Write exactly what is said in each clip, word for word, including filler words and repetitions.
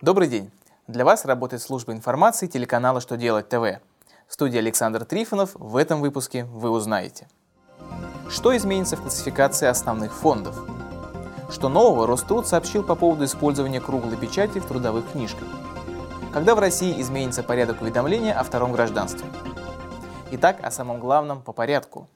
Добрый день! Для вас работает служба информации телеканала «Что делать ТВ». В студии Александр Трифонов. В этом выпуске вы узнаете: что изменится в классификации основных фондов, что нового Роструд сообщил по поводу использования круглой печати в трудовых книжках, когда в России изменится порядок уведомления о втором гражданстве. Итак, о самом главном по порядку.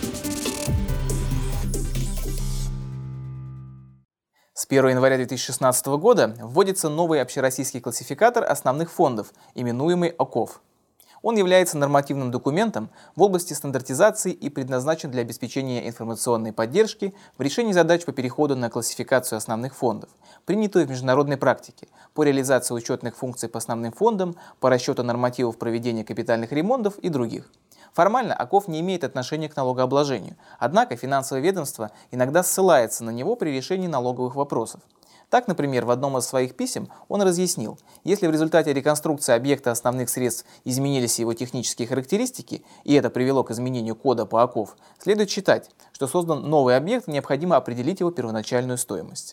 С первого января две тысячи шестнадцатого года вводится новый общероссийский классификатор основных фондов, именуемый ОКОФ. Он является нормативным документом в области стандартизации и предназначен для обеспечения информационной поддержки в решении задач по переходу на классификацию основных фондов, принятую в международной практике, по реализации учетных функций по основным фондам, по расчету нормативов проведения капитальных ремонтов и других. Формально ОКОФ не имеет отношения к налогообложению, однако финансовое ведомство иногда ссылается на него при решении налоговых вопросов. Так, например, в одном из своих писем он разъяснил, если в результате реконструкции объекта основных средств изменились его технические характеристики, и это привело к изменению кода по ОКОФ, следует считать, что создан новый объект, необходимо определить его первоначальную стоимость.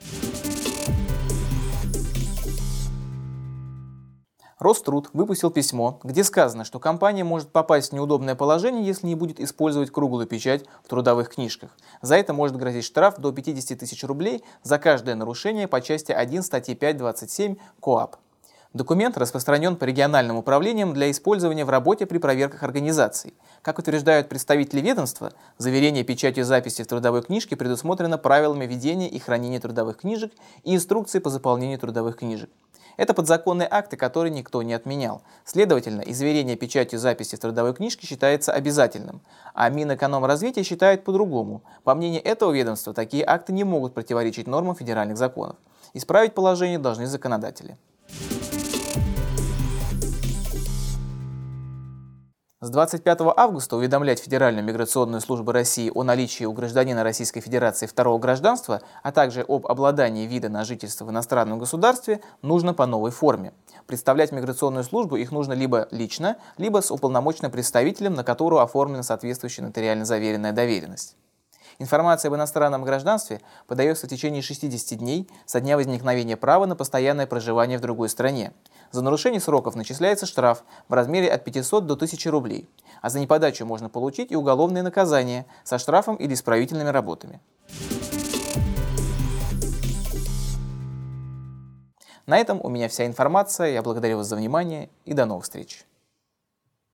Роструд выпустил письмо, где сказано, что компания может попасть в неудобное положение, если не будет использовать круглую печать в трудовых книжках. За это может грозить штраф до пятидесяти тысяч рублей за каждое нарушение по части один статьи пять двадцать семь КоАП. Документ распространен по региональным управлениям для использования в работе при проверках организаций. Как утверждают представители ведомства, заверение печатью записи в трудовой книжке предусмотрено правилами ведения и хранения трудовых книжек и инструкцией по заполнению трудовых книжек. Это подзаконные акты, которые никто не отменял. Следовательно, изверение печатью записи в трудовой книжке считается обязательным, а Минэкономразвития считает по-другому. По мнению этого ведомства, такие акты не могут противоречить нормам федеральных законов. Исправить положение должны законодатели. С двадцать пятого августа уведомлять Федеральную миграционную службу России о наличии у гражданина Российской Федерации второго гражданства, а также об обладании вида на жительство в иностранном государстве нужно по новой форме. Представлять миграционную службу их нужно либо лично, либо с уполномоченным представителем, на которого оформлена соответствующая нотариально заверенная доверенность. Информация об иностранном гражданстве подается в течение шестидесяти дней со дня возникновения права на постоянное проживание в другой стране. За нарушение сроков начисляется штраф в размере от пятисот до тысячи рублей, а за неподачу можно получить и уголовное наказание со штрафом или исправительными работами. На этом у меня вся информация. Я благодарю вас за внимание и до новых встреч.